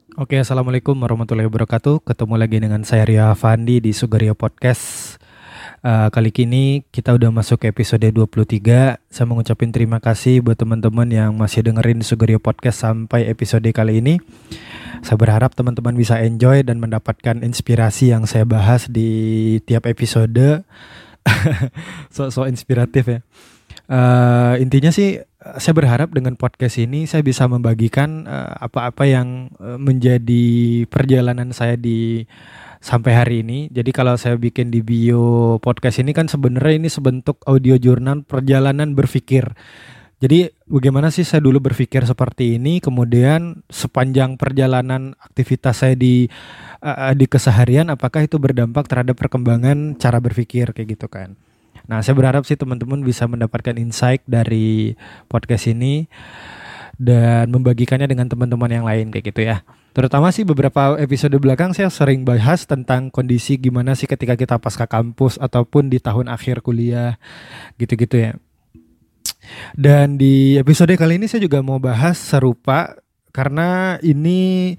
Oke, Assalamualaikum warahmatullahi wabarakatuh. Ketemu lagi dengan saya Ria Fandi di Sugario Podcast. Kali ini kita udah masuk ke episode 23. Saya mengucapkan terima kasih buat teman-teman yang masih dengerin Sugario Podcast sampai episode kali ini. Saya berharap teman-teman bisa enjoy dan mendapatkan inspirasi yang saya bahas di tiap episode. So inspiratif ya. Intinya sih saya berharap dengan podcast ini saya bisa membagikan apa-apa yang menjadi perjalanan saya di sampai hari ini. Jadi kalau saya bikin di bio podcast ini kan sebenarnya ini sebentuk audio jurnal perjalanan berpikir. Jadi bagaimana sih saya dulu berpikir seperti ini, kemudian sepanjang perjalanan aktivitas saya di keseharian, apakah itu berdampak terhadap perkembangan cara berpikir kayak gitu kan. Nah, saya berharap sih teman-teman bisa mendapatkan insight dari podcast ini dan membagikannya dengan teman-teman yang lain kayak gitu ya. Terutama sih beberapa episode belakang saya sering bahas tentang kondisi gimana sih ketika kita pasca kampus ataupun di tahun akhir kuliah gitu-gitu ya. Dan di episode kali ini saya juga mau bahas serupa karena ini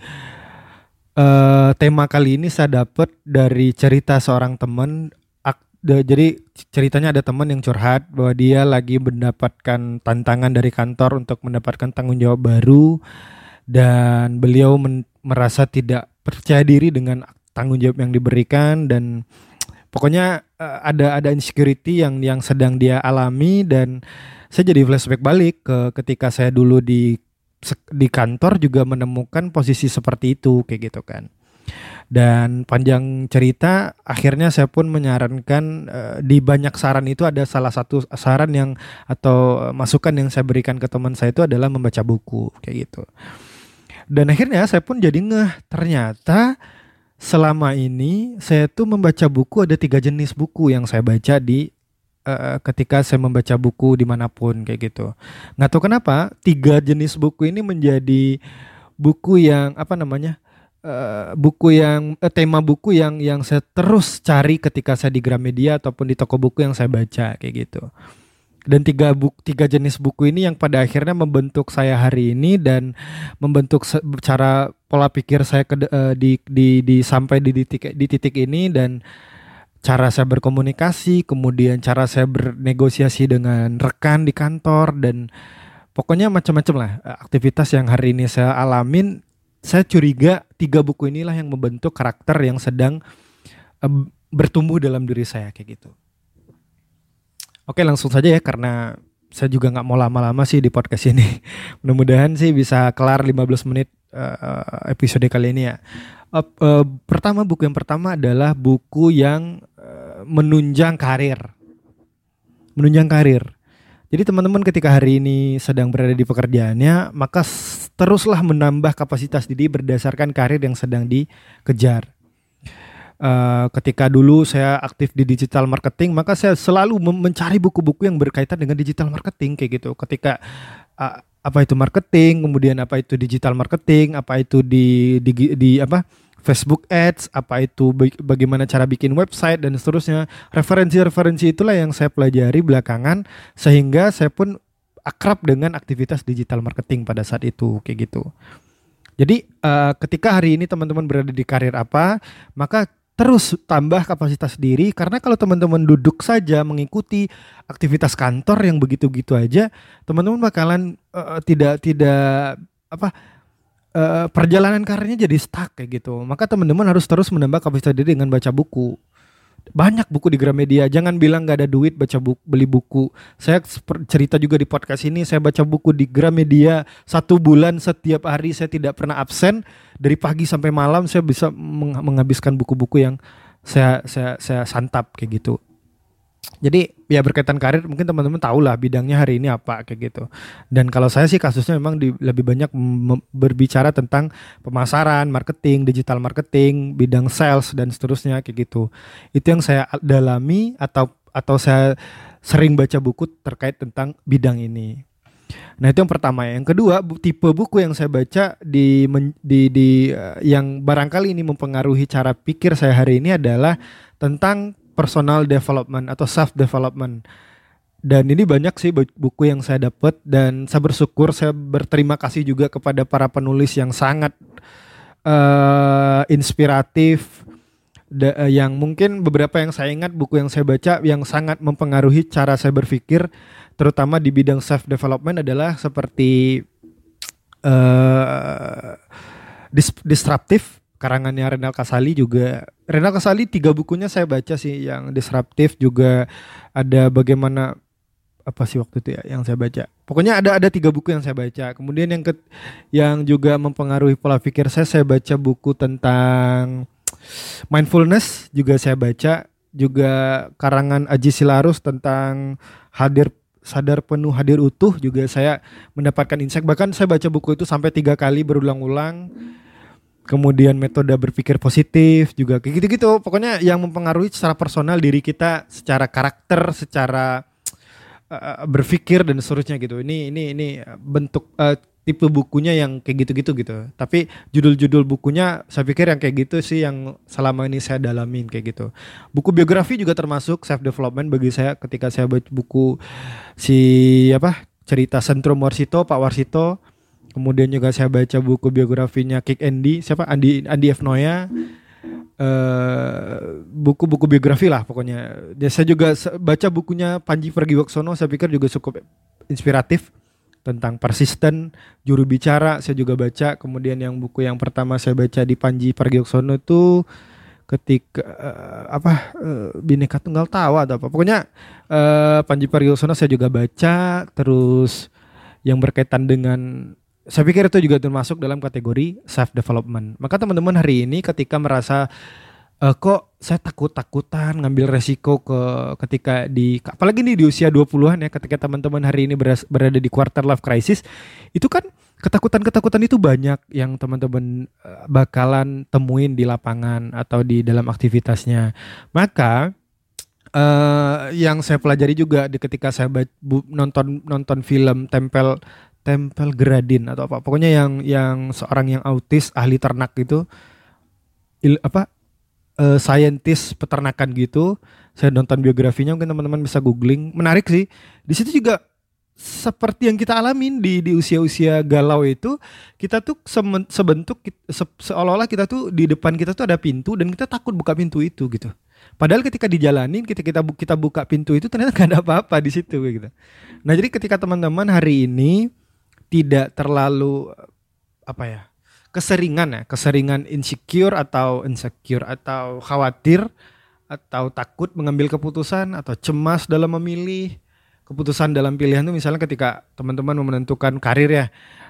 tema kali ini saya dapat dari cerita seorang teman. Jadi ceritanya ada teman yang curhat bahwa dia lagi mendapatkan tantangan dari kantor untuk mendapatkan tanggung jawab baru dan beliau merasa tidak percaya diri dengan tanggung jawab yang diberikan dan pokoknya ada insecurity yang sedang dia alami. Dan saya jadi flashback balik ke ketika saya dulu di kantor juga menemukan posisi seperti itu kayak gitu kan. Dan panjang cerita, akhirnya saya pun menyarankan di banyak saran itu ada salah satu saran yang atau masukan yang saya berikan ke teman saya itu adalah membaca buku kayak gitu. Dan akhirnya saya pun jadi ngeh, ternyata selama ini saya tuh membaca buku ada 3 jenis buku yang saya baca di ketika saya membaca buku dimanapun kayak gitu. Nggak tahu kenapa 3 jenis buku ini menjadi buku yang apa namanya buku yang tema buku yang saya terus cari ketika saya di Gramedia ataupun di toko buku yang saya baca kayak gitu. Dan 3 jenis buku ini yang pada akhirnya membentuk saya hari ini dan membentuk cara pola pikir saya di sampai di titik ini, dan cara saya berkomunikasi, kemudian cara saya bernegosiasi dengan rekan di kantor, dan pokoknya macam-macam lah aktivitas yang hari ini saya alamin. Saya curiga 3 buku inilah yang membentuk karakter yang sedang bertumbuh dalam diri saya kayak gitu. Oke, langsung saja ya karena saya juga nggak mau lama-lama sih di podcast ini. Mudah-mudahan sih bisa kelar 15 menit episode kali ini ya. Buku yang pertama adalah buku yang menunjang karir. Menunjang karir. Jadi teman-teman ketika hari ini sedang berada di pekerjaannya, maka teruslah menambah kapasitas diri berdasarkan karir yang sedang dikejar. Ketika dulu saya aktif di digital marketing, maka saya selalu mencari buku-buku yang berkaitan dengan digital marketing kayak gitu. Ketika apa itu marketing, kemudian apa itu digital marketing, apa itu di apa Facebook Ads, apa itu bagaimana cara bikin website dan seterusnya. Referensi-referensi itulah yang saya pelajari belakangan sehingga saya pun akrab dengan aktivitas digital marketing pada saat itu kayak gitu. Jadi ketika hari ini teman-teman berada di karir apa, maka terus tambah kapasitas diri, karena kalau teman-teman duduk saja mengikuti aktivitas kantor yang begitu-gitu aja, teman-teman bakalan tidak apa perjalanan karirnya jadi stuck kayak gitu. Maka teman-teman harus terus menambah kapasitas diri dengan baca buku. Banyak buku di Gramedia. Jangan bilang gak ada duit baca buku, beli buku. Saya cerita juga di podcast ini, saya baca buku di Gramedia 1 bulan, setiap hari saya tidak pernah absen. Dari pagi sampai malam saya bisa menghabiskan buku-buku yang saya santap kayak gitu. Jadi ya berkaitan karir mungkin teman-teman tahu lah bidangnya hari ini apa kayak gitu. Dan kalau saya sih kasusnya memang lebih banyak berbicara tentang pemasaran, marketing, digital marketing, bidang sales dan seterusnya kayak gitu. Itu yang saya dalami atau saya sering baca buku terkait tentang bidang ini. Nah, itu yang pertama. Yang kedua, tipe buku yang saya baca yang barangkali ini mempengaruhi cara pikir saya hari ini adalah tentang personal development atau self development. Dan ini banyak sih buku yang saya dapat, dan saya bersyukur, saya berterima kasih juga kepada para penulis yang sangat inspiratif, yang mungkin beberapa yang saya ingat buku yang saya baca yang sangat mempengaruhi cara saya berpikir terutama di bidang self development adalah seperti eh Disruptif karangannya Renal Kasali juga. Renal Kasali 3 bukunya saya baca sih, yang Disruptif juga ada bagaimana apa sih waktu itu ya yang saya baca. Pokoknya ada 3 buku yang saya baca. Kemudian yang juga mempengaruhi pola pikir saya baca buku tentang mindfulness juga saya baca, juga karangan Aji Silarus tentang sadar penuh hadir utuh juga saya mendapatkan insight. Bahkan saya baca buku itu sampai 3 kali berulang-ulang. Kemudian metode berpikir positif juga kayak gitu-gitu. Pokoknya yang mempengaruhi secara personal diri kita, secara karakter, secara berpikir dan seterusnya gitu. Ini bentuk tipe bukunya yang kayak gitu-gitu gitu. Tapi judul-judul bukunya saya pikir yang kayak gitu sih yang selama ini saya dalamin kayak gitu. Buku biografi juga termasuk self development bagi saya ketika saya baca buku cerita Sentrum Warsito, Pak Warsito. Kemudian juga saya baca buku biografinya Kick Andy, Andi F. Noya. Buku-buku biografi lah pokoknya. Dan saya juga baca bukunya Panji Pragiwaksono, saya pikir juga cukup inspiratif tentang persisten, juru bicara saya juga baca. Kemudian yang buku yang pertama saya baca di Panji Pragiwaksono itu ketika Bhinneka Tunggal Tawa atau apa. Pokoknya Panji Pragiwaksono saya juga baca. Terus yang berkaitan dengan, saya pikir itu juga termasuk dalam kategori self development. Maka teman-teman hari ini ketika merasa kok saya takut-takutan ngambil resiko ketika apalagi nih di usia 20-an ya, ketika teman-teman hari ini berada di quarter life crisis, itu kan ketakutan-ketakutan itu banyak yang teman-teman bakalan temuin di lapangan atau di dalam aktivitasnya. Maka yang saya pelajari juga ketika saya nonton film Tempel Gradin atau apa, pokoknya yang seorang yang autis ahli ternak gitu, saintis peternakan gitu. Saya nonton biografinya, mungkin teman-teman bisa googling, menarik sih. Di situ juga seperti yang kita alamin di usia-usia galau itu, kita tuh seolah-olah kita tuh di depan kita tuh ada pintu dan kita takut buka pintu itu gitu. Padahal ketika dijalanin, kita buka pintu itu ternyata gak ada apa-apa di situ gitu. Nah, jadi ketika teman-teman hari ini tidak terlalu keseringan insecure atau khawatir atau takut mengambil keputusan atau cemas dalam memilih keputusan dalam pilihan itu. Misalnya ketika teman-teman mau menentukan karir ya,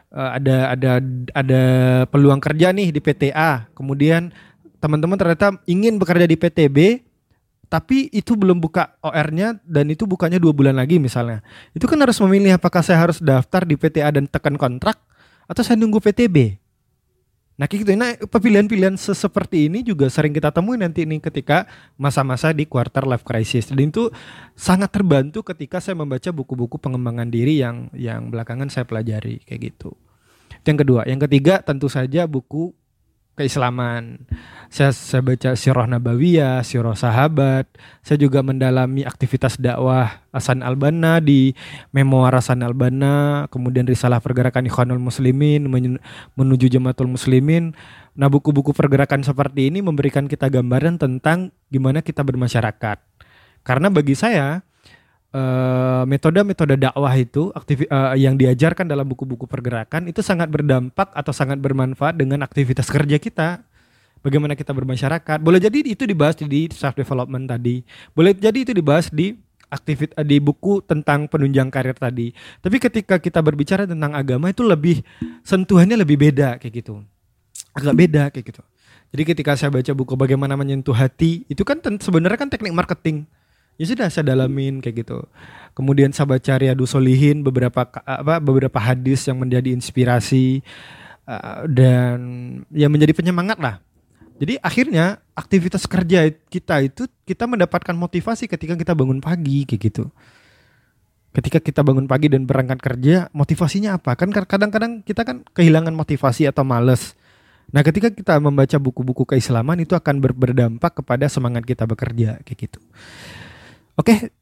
ada peluang kerja nih di PT A, kemudian teman-teman ternyata ingin bekerja di PT B, tapi itu belum buka OR-nya dan itu bukanya 2 bulan lagi misalnya. Itu kan harus memilih apakah saya harus daftar di PT A dan tekan kontrak atau saya nunggu PT B. Nah kayak gitu. Nah, pilihan-pilihan seperti ini juga sering kita temui nanti nih ketika masa-masa di quarter life crisis. Dan itu sangat terbantu ketika saya membaca buku-buku pengembangan diri yang belakangan saya pelajari kayak gitu. Itu yang kedua. Yang ketiga tentu saja buku keislaman. Saya baca Sirah Nabawiyah, Sirah Sahabat. Saya juga mendalami aktivitas dakwah Hasan Al-Banna di Memoir Hasan Al-Banna, kemudian Risalah Pergerakan Ikhwanul Muslimin menuju Jamaatul Muslimin. Nah, buku-buku pergerakan seperti ini memberikan kita gambaran tentang gimana kita bermasyarakat. Karena bagi saya metode-metode dakwah itu yang diajarkan dalam buku-buku pergerakan itu sangat berdampak atau sangat bermanfaat dengan aktivitas kerja kita. Bagaimana kita bermasyarakat. Boleh jadi itu dibahas di self development tadi. Boleh jadi itu dibahas di di buku tentang penunjang karir tadi. Tapi ketika kita berbicara tentang agama itu lebih sentuhannya lebih beda kayak gitu. Agak beda kayak gitu. Jadi ketika saya baca buku Bagaimana Menyentuh Hati, itu kan sebenarnya kan teknik marketing. Ya sudah saya dalamin kayak gitu. Kemudian saya baca Riyadhus Shalihin, beberapa hadis yang menjadi inspirasi dan ya menjadi penyemangat lah. Jadi akhirnya aktivitas kerja kita itu kita mendapatkan motivasi ketika kita bangun pagi kayak gitu. Ketika kita bangun pagi dan berangkat kerja, motivasinya apa? Kan kadang-kadang kita kan kehilangan motivasi atau malas. Nah, ketika kita membaca buku-buku keislaman itu akan berdampak kepada semangat kita bekerja kayak gitu. Oke,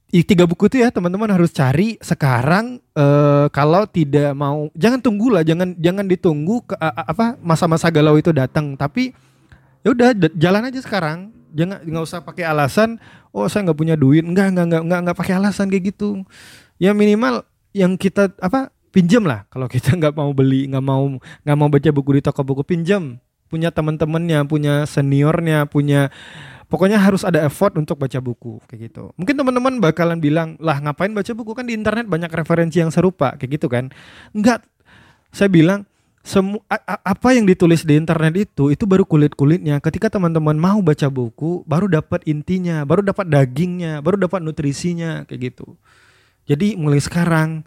Tiga buku itu ya teman-teman harus cari sekarang. Kalau tidak mau, jangan tunggulah, jangan ditunggu masa-masa galau itu datang. Tapi ya udah jalan aja sekarang. Nggak usah pakai alasan. Oh saya nggak punya duit. Nggak pakai alasan kayak gitu. Ya minimal yang kita pinjam lah. Kalau kita nggak mau beli, nggak mau baca buku di toko buku, pinjam. Punya teman-temannya, punya seniornya, pokoknya harus ada effort untuk baca buku kayak gitu. Mungkin teman-teman bakalan bilang, lah ngapain baca buku, kan di internet banyak referensi yang serupa kayak gitu kan. Enggak, saya bilang apa yang ditulis di internet itu baru kulit-kulitnya. Ketika teman-teman mau baca buku, baru dapat intinya, baru dapat dagingnya, baru dapat nutrisinya kayak gitu. Jadi mulai sekarang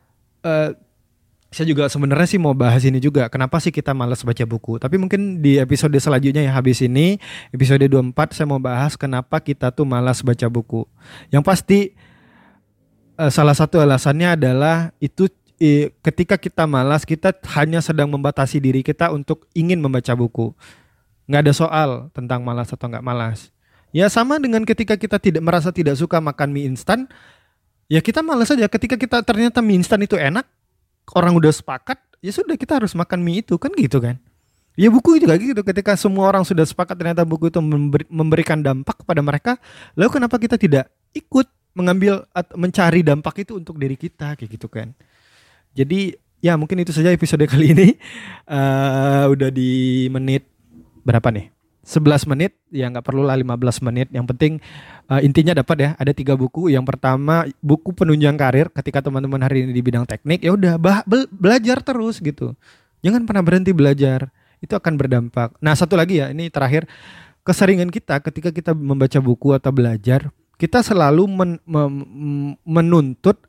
saya juga sebenarnya sih mau bahas ini juga. Kenapa sih kita malas baca buku? Tapi mungkin di episode selanjutnya ya, habis ini episode 24 saya mau bahas kenapa kita tuh malas baca buku. Yang pasti salah satu alasannya adalah itu ketika kita malas, kita hanya sedang membatasi diri kita untuk ingin membaca buku. Nggak ada soal tentang malas atau nggak malas. Ya sama dengan ketika kita merasa tidak suka makan mie instan, ya kita malas aja. Ketika kita ternyata mie instan itu enak, orang udah sepakat, ya sudah kita harus makan mie itu, kan gitu kan. Ya buku juga gitu, ketika semua orang sudah sepakat ternyata buku itu memberikan dampak kepada mereka, lalu kenapa kita tidak ikut mengambil atau mencari dampak itu untuk diri kita kayak gitu kan. Jadi ya mungkin itu saja episode kali ini. Udah di menit berapa nih? 11 menit, ya nggak perlu lah 15 menit. Yang penting intinya dapat ya. Ada 3 buku. Yang pertama buku penunjang karir. Ketika teman-teman hari ini di bidang teknik, ya udah belajar terus gitu. Jangan pernah berhenti belajar. Itu akan berdampak. Nah satu lagi ya, ini terakhir, keseringan kita ketika kita membaca buku atau belajar, kita selalu menuntut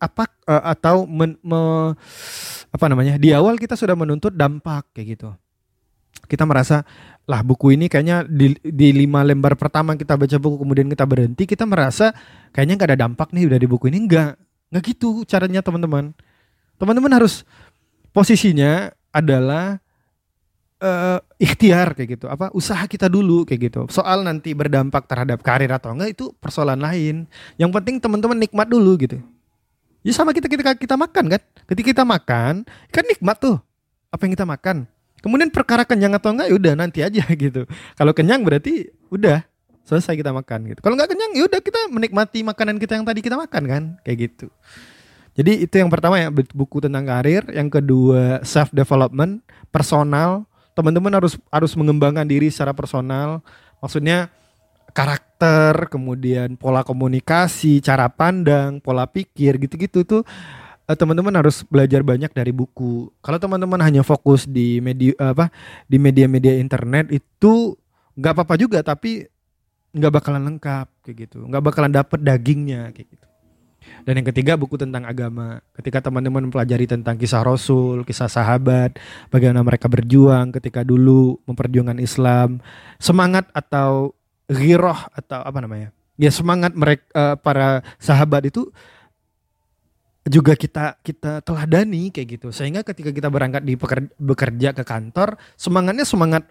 di awal kita sudah menuntut dampak kayak gitu. Kita merasa lah buku ini kayaknya di 5 lembar pertama kita baca buku kemudian kita berhenti, kita merasa kayaknya nggak ada dampak nih dari buku ini. Nggak gitu caranya teman-teman. Teman-teman harus posisinya adalah ikhtiar kayak gitu, usaha kita dulu kayak gitu. Soal nanti berdampak terhadap karir atau enggak itu persoalan lain. Yang penting teman-teman nikmat dulu gitu. Ya sama kita makan kan. Ketika kita makan kan nikmat tuh apa yang kita makan. Kemudian perkara kenyang atau enggak ya udah nanti aja gitu. Kalau kenyang berarti udah selesai kita makan gitu. Kalau enggak kenyang ya udah kita menikmati makanan kita yang tadi kita makan kan, kayak gitu. Jadi itu yang pertama ya, buku tentang karir. Yang kedua self development, personal. Teman-teman harus mengembangkan diri secara personal. Maksudnya karakter, kemudian pola komunikasi, cara pandang, pola pikir gitu-gitu tuh teman-teman harus belajar banyak dari buku. Kalau teman-teman hanya fokus di media internet itu nggak apa-apa juga, tapi nggak bakalan lengkap kayak gitu, nggak bakalan dapet dagingnya kayak gitu. Dan yang ketiga buku tentang agama. Ketika teman-teman mempelajari tentang kisah Rasul, kisah sahabat, bagaimana mereka berjuang ketika dulu memperjuangkan Islam, semangat atau ghirah atau ya semangat mereka para sahabat itu juga kita teladani kayak gitu. Sehingga ketika kita berangkat bekerja ke kantor, semangatnya semangat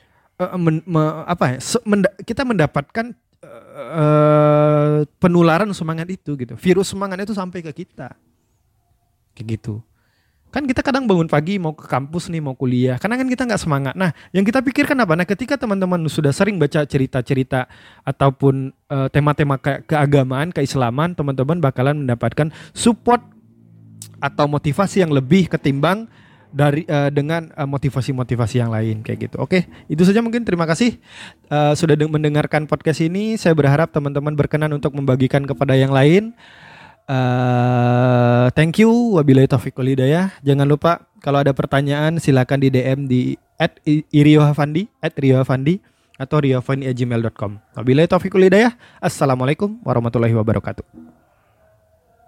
kita mendapatkan penularan semangat itu gitu. Virus semangat itu sampai ke kita. Kayak gitu. Kan kita kadang bangun pagi mau ke kampus nih, mau kuliah, karena kan kita nggak semangat. Nah, yang kita pikirkan apa? Nah, ketika teman-teman sudah sering baca cerita-cerita ataupun tema-tema keagamaan, keislaman, teman-teman bakalan mendapatkan support atau motivasi yang lebih ketimbang dengan motivasi-motivasi yang lain kayak gitu. Oke, itu saja mungkin. Terima kasih sudah mendengarkan podcast ini. Saya berharap teman-teman berkenan untuk membagikan kepada yang lain. Thank you. Wabillahi taufiq wal hidayah. Jangan lupa kalau ada pertanyaan silakan di DM di @riohafandi atau riofandi@gmail.com. Wabillahi taufiq wal hidayah. Assalamualaikum warahmatullahi wabarakatuh.